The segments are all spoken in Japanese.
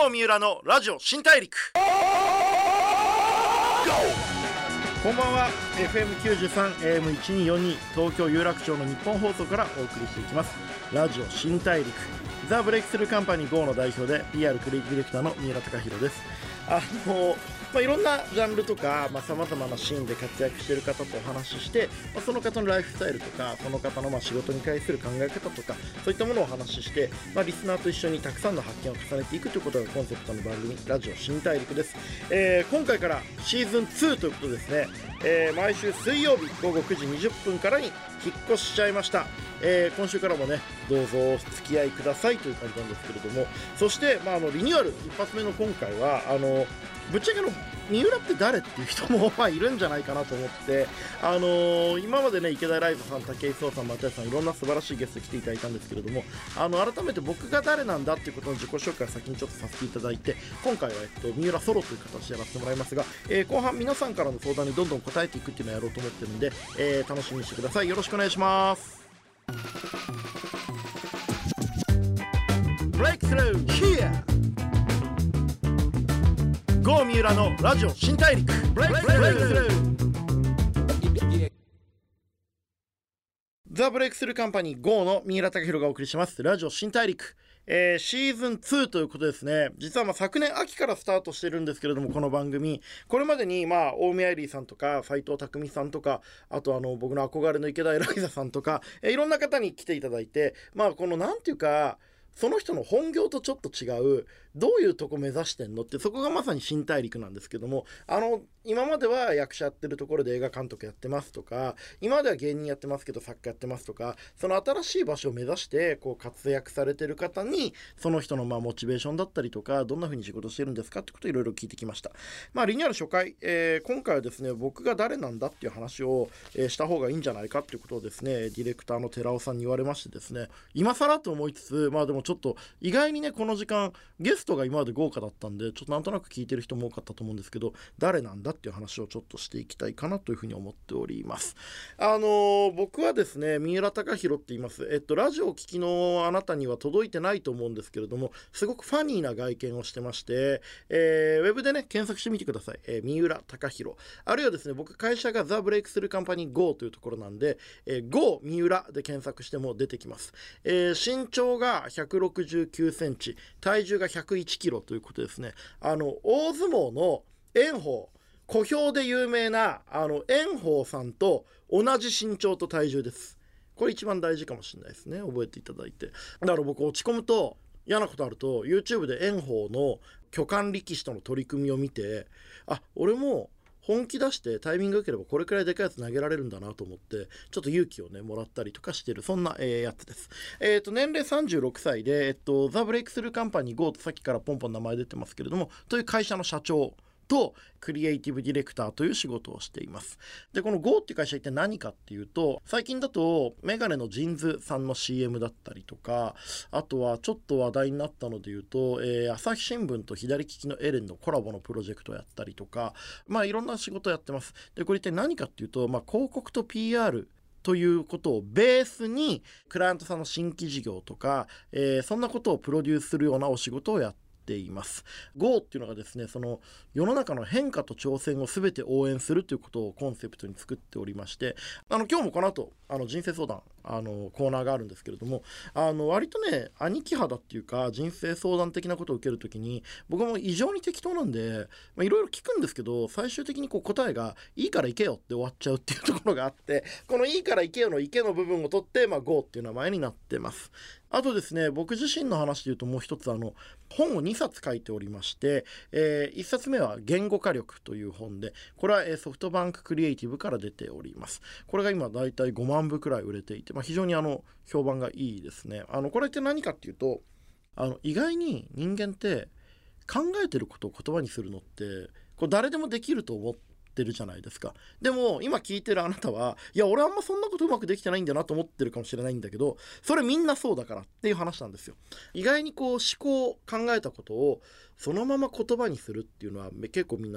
郷三浦のラジオ新大陸。こんばんは。 FM93 AM1242 東京有楽町の日本放送からお送りしていきますラジオ新大陸。ザ・ブレイクスルーカンパニー GO の代表で PR クリエイティブディレクターの三浦貴大です。いろんなジャンルとかさまざまなシーンで活躍している方とお話しして、その方のライフスタイルとかその方の仕事に対する考え方とかそういったものをお話しして、リスナーと一緒にたくさんの発見を重ねていくということがコンセプトの番組ラジオ新大陸です。今回からシーズン2ということですね。毎週水曜日午後9時20分からに引っ越しちゃいました。今週からもねどうぞお付き合いくださいという感じなんですけれども、そして、リニューアル一発目の今回はぶっちゃけ三浦って誰っていう人もいるんじゃないかなと思って、今までね池田ライズさん、武井壮さん、又吉さんいろんな素晴らしいゲスト来ていただいたんですけれども、改めて僕が誰なんだっていうことの自己紹介を先にちょっとさせていただいて、今回は、三浦ソロという形でやらせてもらいますが、後半皆さんからの相談にどんどん答えていくっていうのをやろうと思ってるんで、楽しみにしてください。よろしくお願いします。Breakthrough here 郷三浦のラジオ新大陸。ザ・ブレイクスルーカンパニー GO の三浦貴大がお送りしますラジオ新大陸。シーズン2ということですね。実は昨年秋からスタートしてるんですけれども、この番組これまでに大宮エリーさんとか斉藤匠さんとか、あと僕の憧れの池田エライザさんとか、いろんな方に来ていただいて、このなんていうかその人の本業とちょっと違うどういうとこ目指してんのって、そこがまさに新大陸なんですけども、今までは役者やってるところで映画監督やってますとか、今までは芸人やってますけど作家やってますとか、その新しい場所を目指して活躍されてる方にその人のモチベーションだったりとか、どんな風に仕事してるんですかってことをいろいろ聞いてきました。リニューアル初回、今回はですね僕が誰なんだっていう話を、した方がいいんじゃないかっていうことをですねディレクターの寺尾さんに言われましてですね、今更と思いつつでもちょっと意外にねこの時間ゲストが今まで豪華だったんで、ちょっとなんとなく聞いてる人も多かったと思うんですけど、誰なんだっていう話をちょっとしていきたいかなというふうに思っております。僕はですね三浦貴大って言います。ラジオを聞きのあなたには届いてないと思うんですけれども、すごくファニーな外見をしてまして、ウェブでね検索してみてください。三浦貴大、あるいはですね僕会社がザ・ブレイクスルーカンパニー GO というところなんで、GO 三浦で検索しても出てきます。身長が169センチ、体重が101キロということですね。大相撲の炎鵬、小兵で有名な炎鵬さんと同じ身長と体重です。これ一番大事かもしれないですね、覚えていただいて。だから僕落ち込むと嫌なことあると YouTube で炎鵬の巨漢力士との取り組みを見て、俺も本気出してタイミング良ければこれくらいでかいやつ投げられるんだなと思って、ちょっと勇気をねもらったりとかしてる、そんな、やつです。年齢36歳で、ザ・ブレイクスルーカンパニー GO とさっきからポンポン名前出てますけれども、という会社の社長とクリエイティブディレクターという仕事をしています。でこの GO っていう会社一体何かっていうと、最近だとメガネのジンズさんの CM だったりとか、あとはちょっと話題になったので言うと、朝日新聞と左利きのエレンのコラボのプロジェクトをやったりとか、いろんな仕事をやってます。でこれ一体何かっていうと、広告と PRということをベースにクライアントさんの新規事業とか、そんなことをプロデュースするようなお仕事をやっています。 GO っていうのがですね、その世の中の変化と挑戦を全て応援するということをコンセプトに作っておりまして、今日もこの後人生相談コーナーがあるんですけれども、割とね兄貴肌っていうか人生相談的なことを受けるときに僕も異常に適当なんでいろいろ聞くんですけど、最終的に答えがいいから行けよって終わっちゃうっていうところがあって、このいいから行けよの行けの部分を取って、GO っていう名前になってます。あとですね、僕自身の話で言うともう一つ本を2冊書いておりまして、1冊目は言語化力という本で、これはソフトバンククリエイティブから出ております。これが今だいたい5万部くらい売れていて、非常に評判がいいですね。これって何かっていうと、意外に人間って考えてることを言葉にするのって誰でもできると思ってるじゃないですか。でも今聞いてるあなたは、いや俺あんまそんなことうまくできてないんだなと思ってるかもしれないんだけど、それみんなそうだからっていう話なんですよ。意外に思考考えたことをそのまま言葉にするっていうのは結構みんな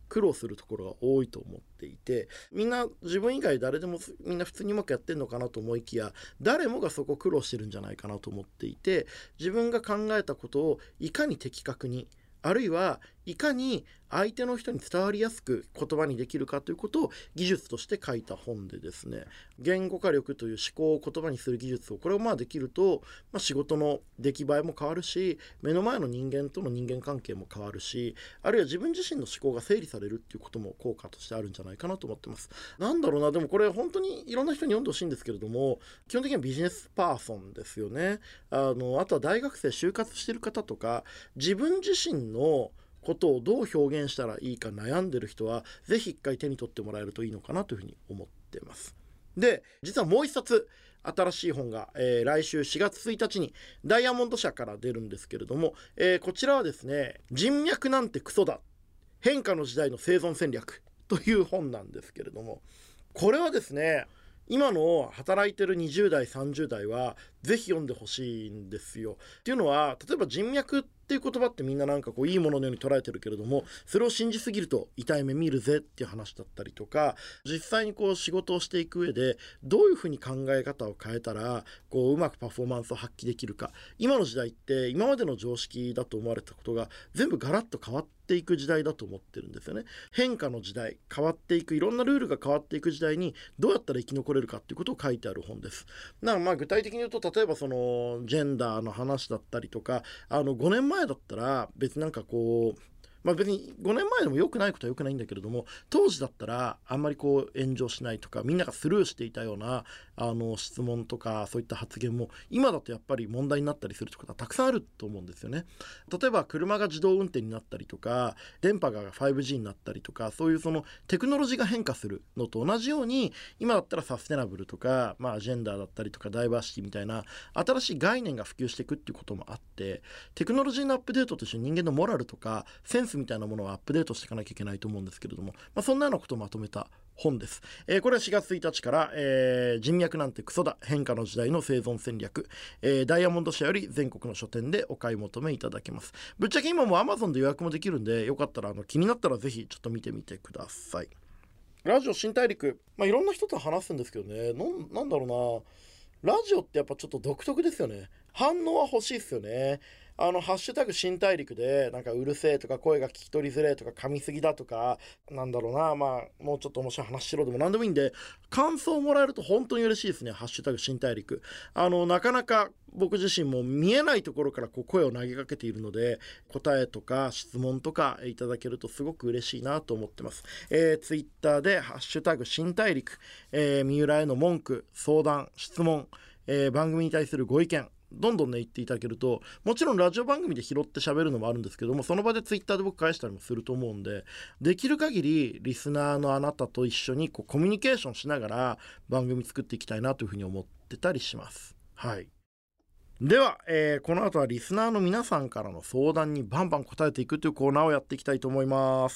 苦労するところが多いと思っていて、みんな自分以外誰でもみんな普通にうまくやってんのかなと思いきや、誰もがそこ苦労してるんじゃないかなと思っていて、自分が考えたことをいかに的確に、あるいはいかに相手の人に伝わりやすく言葉にできるかということを技術として書いた本でですね、言語化力という思考を言葉にする技術をこれをできると、仕事の出来栄えも変わるし、目の前の人間との人間関係も変わるし、あるいは自分自身の思考が整理されるっていうことも効果としてあるんじゃないかなと思ってます。なんだろうな、でもこれ本当にいろんな人に読んでほしいんですけれども、基本的にはビジネスパーソンですよね。あとは大学生就活してる方とか、自分自身のことをどう表現したらいいか悩んでる人はぜひ一回手に取ってもらえるといいのかなというふうに思ってます。で、実はもう一冊新しい本が、来週4月1日にダイヤモンド社から出るんですけれども、こちらはですね、人脈なんてクソだ、変化の時代の生存戦略という本なんですけれども、これはですね、今の働いてる20代30代はぜひ読んでほしいんですよ。っていうのは、例えば人脈っていう言葉ってみんななんかこういいもののように捉えてるけれども、それを信じすぎると痛い目見るぜっていう話だったりとか、実際にこう仕事をしていく上でどういうふうに考え方を変えたらこううまくパフォーマンスを発揮できるか、今の時代って今までの常識だと思われたことが全部ガラッと変わっていく時代だと思ってるんですよね。変化の時代、変わっていく、いろんなルールが変わっていく時代にどうやったら生き残れるかっていうことを書いてある本です。だから具体的に言うと、例えばそのジェンダーの話だったりとか、5年前だったら別になんかこう別に5年前でも良くないことは良くないんだけれども、当時だったらあんまりこう炎上しないとか、みんながスルーしていたような質問とかそういった発言も今だとやっぱり問題になったりするってことはたくさんあると思うんですよね。例えば車が自動運転になったりとか、電波が 5G になったりとか、そういうそのテクノロジーが変化するのと同じように、今だったらサステナブルとか、ジェンダーだったりとかダイバーシティみたいな新しい概念が普及していくっていうこともあって、テクノロジーのアップデートとして人間のモラルとかセンスみたいなものをアップデートしていかなきゃいけないと思うんですけれども、そんなようなことをまとめた本です。これは4月1日から、人脈なんてクソだ、変化の時代の生存戦略、ダイヤモンド社より全国の書店でお買い求めいただけます。ぶっちゃけ今も Amazon で予約もできるんで、よかったら気になったらぜひちょっと見てみてください。ラジオ新大陸、いろんな人と話すんですけどね、なんだろうな、ラジオってやっぱちょっと独特ですよね。反応は欲しいですよね。ハッシュタグ新大陸でなんかうるせえとか声が聞き取りづれえとか噛みすぎだとか、なんだろうな、もうちょっと面白い話しろでも何でもいいんで、感想をもらえると本当に嬉しいですね。ハッシュタグ新大陸、なかなか僕自身も見えないところからこう声を投げかけているので、答えとか質問とかいただけるとすごく嬉しいなと思ってます。ツイッターでハッシュタグ新大陸、三浦への文句、相談、質問、番組に対するご意見どんどん言っていただけると、もちろんラジオ番組で拾って喋るのもあるんですけども、その場でツイッターで僕返したりもすると思うんで、できる限りリスナーのあなたと一緒にこうコミュニケーションしながら番組作っていきたいなというふうに思ってたりします。はい。では、この後はリスナーの皆さんからの相談にバンバン答えていくというコーナーをやっていきたいと思います。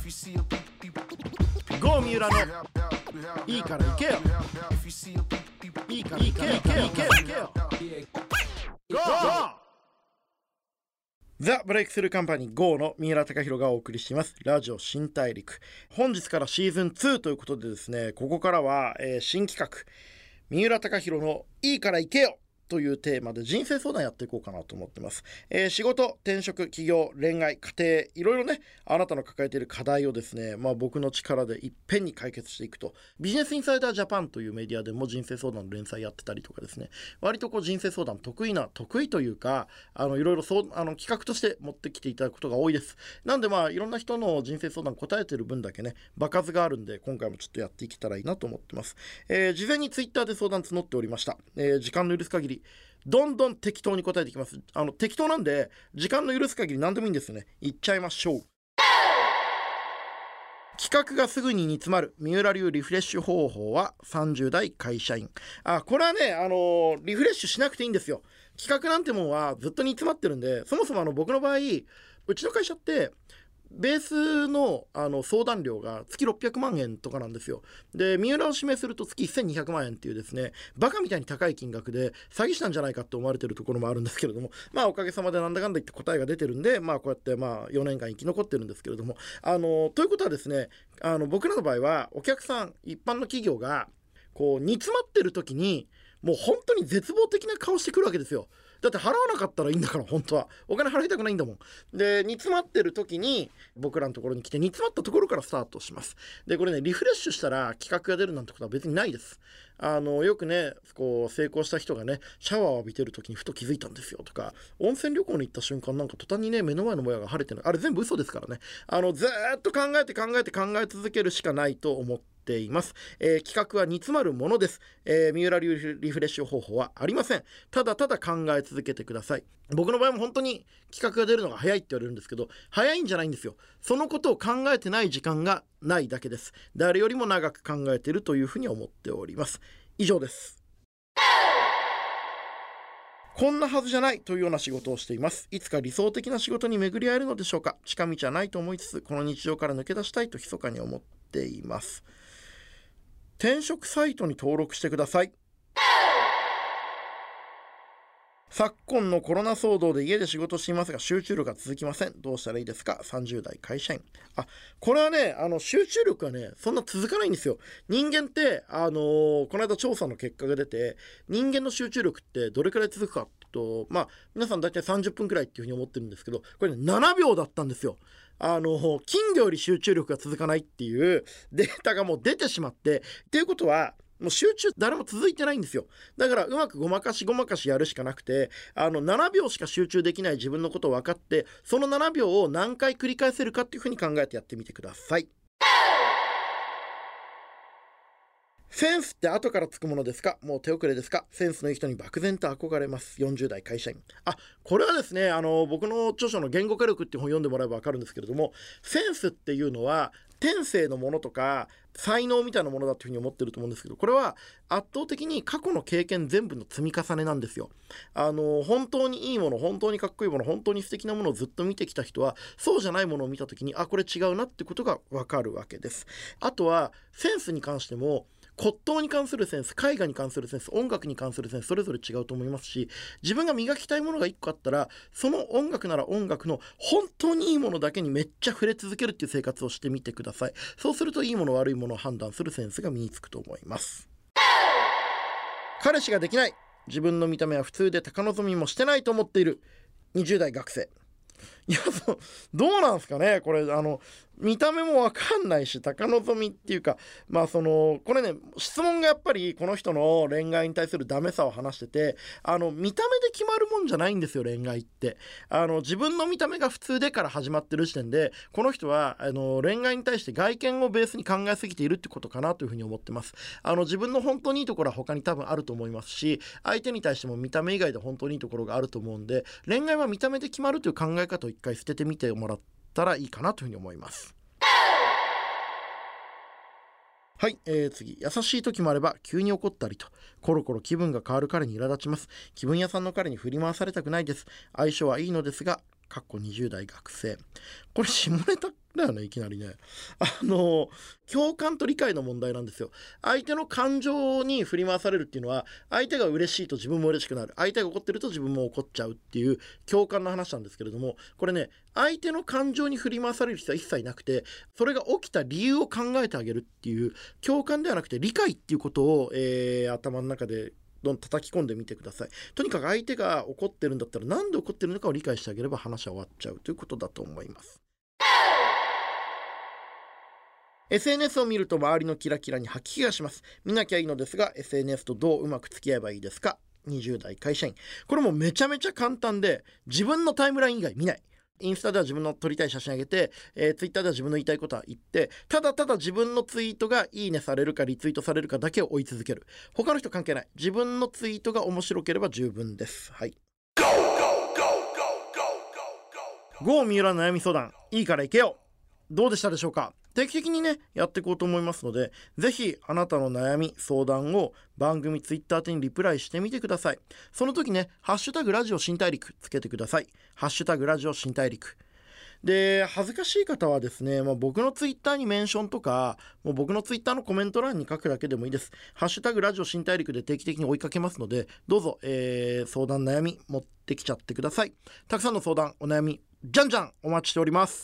ゴー三浦のいいから行けよ、いいから行けよ、ゴーザ・ブレイクスルーカンパニー GO の三浦貴大がお送りしていますラジオ新大陸。本日からシーズン2ということでですね、ここからは、新企画三浦貴大のいいから行けよというテーマで人生相談やっていこうかなと思ってます。仕事、転職、起業、恋愛、家庭、いろいろね、あなたの抱えている課題をですね、僕の力でいっぺんに解決していくと。ビジネスインサイダージャパンというメディアでも人生相談の連載やってたりとかですね、割とこう人生相談得意というか、いろいろ企画として持ってきていただくことが多いです。なんでいろんな人の人生相談答えてる分だけね、場数があるんで、今回もちょっとやっていけたらいいなと思ってます。事前にツイッターで相談募っておりました。時間の許す限りどんどん適当に答えていきます。適当なんで時間の許す限り何でもいいんですよね。いっちゃいましょう。企画がすぐに煮詰まる三浦流リフレッシュ方法は30代会社員。これはね、リフレッシュしなくていいんですよ。企画なんてもんはずっと煮詰まってるんで、そもそも僕の場合、うちの会社ってベースの相談料が月600万円とかなんですよ。で三浦を指名すると月1200万円っていうですね、バカみたいに高い金額で詐欺師なんじゃないかって思われてるところもあるんですけれども、おかげさまでなんだかんだ言って答えが出てるんで、こうやって4年間生き残ってるんですけれども、ということはですね、僕らの場合はお客さん、一般の企業がこう煮詰まってる時にもう本当に絶望的な顔してくるわけですよ。だって払わなかったらいいんだから、本当はお金払いたくないんだもん。で煮詰まってる時に僕らのところに来て、煮詰まったところからスタートします。でこれね、リフレッシュしたら企画が出るなんてことは別にないです。よくね、こう成功した人がね、シャワーを浴びてる時にふと気づいたんですよとか、温泉旅行に行った瞬間なんか途端にね、目の前のもやが晴れてる、あれ全部嘘ですからね。ずーっと考えて続けるしかないと思っています。企画は煮詰まるものです。三浦流リフレッシュ方法はありません。ただただ考え続けてください。僕の場合も本当に企画が出るのが早いって言われるんですけど、早いんじゃないんですよ。そのことを考えてない時間がないだけです。誰よりも長く考えているというふうに思っております。以上です。こんなはずじゃないというような仕事をしています。いつか理想的な仕事に巡り合えるのでしょうか。近道はないと思いつつ、この日常から抜け出したいと密かに思っています。転職サイトに登録してください。昨今のコロナ騒動で家で仕事していますが集中力が続きません。どうしたらいいですか。30代会社員。これはね、集中力はね、そんな続かないんですよ。人間ってこの間調査の結果が出て、人間の集中力ってどれくらい続くかっていうと、皆さん大体30分くらいっていうふうに思ってるんですけど、これね、7秒だったんですよ。金魚より集中力が続かないっていうデータがもう出てしまって、っていうことはもう集中誰も続いてないんですよ。だからうまくごまかしやるしかなくて、7秒しか集中できない自分のことを分かって、その7秒を何回繰り返せるかっていうふうに考えてやってみてください。センスって後からつくものですか、もう手遅れですか。センスのいい人に漠然と憧れます。40代会社員。これはですね、僕の著書の言語化力っていう本を読んでもらえば分かるんですけれども、センスっていうのは天性のものとか才能みたいなものだというふうに思ってると思うんですけど、これは圧倒的に過去の経験全部の積み重ねなんですよ。本当にいいもの、本当にかっこいいもの、本当に素敵なものをずっと見てきた人は、そうじゃないものを見た時にこれ違うなってことが分かるわけです。あとはセンスに関しても、骨董に関するセンス、絵画に関するセンス、音楽に関するセンス、それぞれ違うと思いますし、自分が磨きたいものが1個あったら、その音楽なら音楽の本当にいいものだけにめっちゃ触れ続けるっていう生活をしてみてください。そうするといいもの悪いものを判断するセンスが身につくと思います。彼氏ができない、自分の見た目は普通で高望みもしてないと思っている20代学生。どうなんですかねこれ。見た目もわかんないし、高望みっていうか、これね、質問がやっぱりこの人の恋愛に対するダメさを話してて、見た目で決まるもんじゃないんですよ、恋愛って。自分の見た目が普通でから始まってる時点で、この人は恋愛に対して外見をベースに考えすぎているってことかなというふうに思ってます。自分の本当にいいところは他に多分あると思いますし、相手に対しても見た目以外で本当にいいところがあると思うんで、恋愛は見た目で決まるという考え方を一回捨ててみてもらったらいいかなというふうに思います。はい、次。優しい時もあれば急に怒ったりと、コロコロ気分が変わる彼に苛立ちます。気分屋さんの彼に振り回されたくないです。相性はいいのですが、20代学生。これ下ネタだよね、いきなりね。共感と理解の問題なんですよ。相手の感情に振り回されるっていうのは、相手が嬉しいと自分も嬉しくなる、相手が怒ってると自分も怒っちゃうっていう共感の話なんですけれども、これね、相手の感情に振り回される必要は一切なくて、それが起きた理由を考えてあげるっていう、共感ではなくて理解っていうことを、頭の中で叩き込んでみてください。とにかく相手が怒ってるんだったら、なんで怒ってるのかを理解してあげれば話は終わっちゃうということだと思います。SNS を見ると周りのキラキラに吐き気がします。見なきゃいいのですが SNS とどううまく付き合えばいいですか。20代会社員。これもめちゃめちゃ簡単で、自分のタイムライン以外見ない。インスタでは自分の撮りたい写真あげて、ツイッターでは自分の言いたいことは言って、ただただ自分のツイートがいいねされるかリツイートされるかだけを追い続ける。他の人関係ない。自分のツイートが面白ければ十分です。はい。GO 三浦悩み相談、いいから行けよ。どうでしたでしょうか。定期的にねやっていこうと思いますので、ぜひあなたの悩み相談を番組ツイッター宛にリプライしてみてください。その時ね、ハッシュタグラジオ新大陸つけてください。ハッシュタグラジオ新大陸で恥ずかしい方はですね、僕のツイッターにメンションとか、もう僕のツイッターのコメント欄に書くだけでもいいです。ハッシュタグラジオ新大陸で定期的に追いかけますので、どうぞ、相談悩み持ってきちゃってください。たくさんの相談お悩みじゃんじゃんお待ちしております。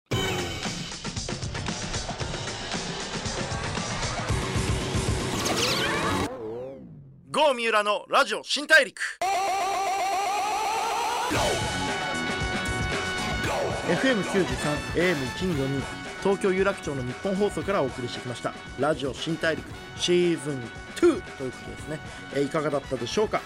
郷三浦のラジオ新大陸 FM93 AM1242 東京有楽町の日本放送からお送りしてきましたラジオ新大陸シーズン2ということですね。いかがだったでしょうか。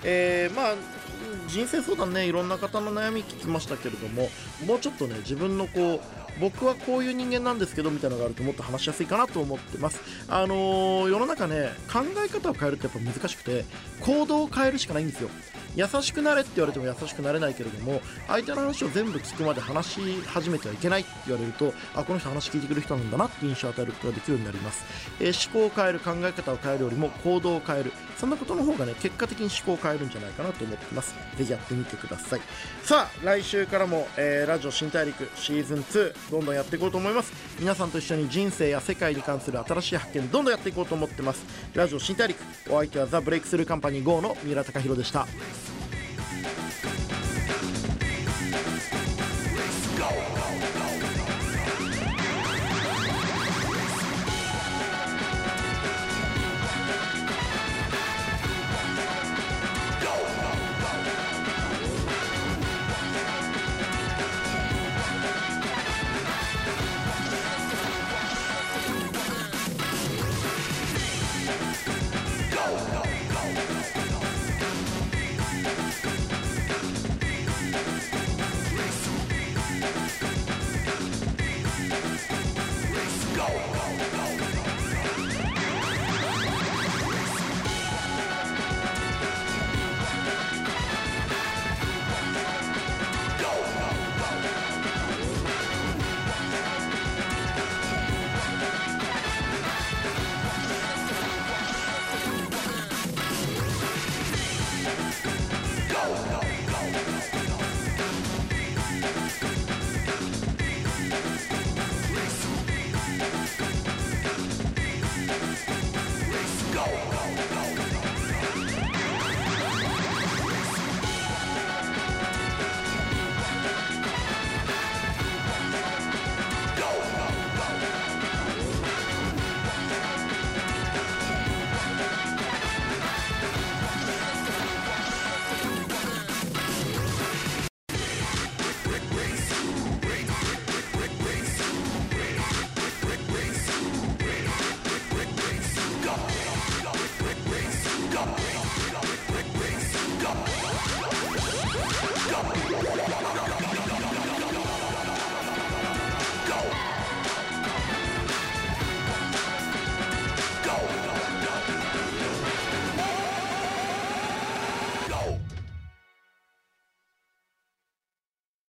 人生相談ね、いろんな方の悩み聞きましたけれども、もうちょっとね自分の僕はこういう人間なんですけどみたいなのがあるともっと話しやすいかなと思ってます。世の中ね、考え方を変えるってやっぱ難しくて、行動を変えるしかないんですよ。優しくなれって言われても優しくなれないけれども、相手の話を全部聞くまで話し始めてはいけないって言われると、この人話聞いてくれる人なんだなって印象を与えることができるようになります。思考を変える、考え方を変えるよりも行動を変える、そんなことの方がね結果的に思考を変えるんじゃないかなと思ってます。ぜひやってみてください。さあ来週からも、ラジオ新大陸シーズン2どんどんやっていこうと思います。皆さんと一緒に人生や世界に関する新しい発見どんどんやっていこうと思ってます。ラジオ新大陸、お相手はザ・ブレイクスルーカンパニー GO の三浦貴大でした。Go!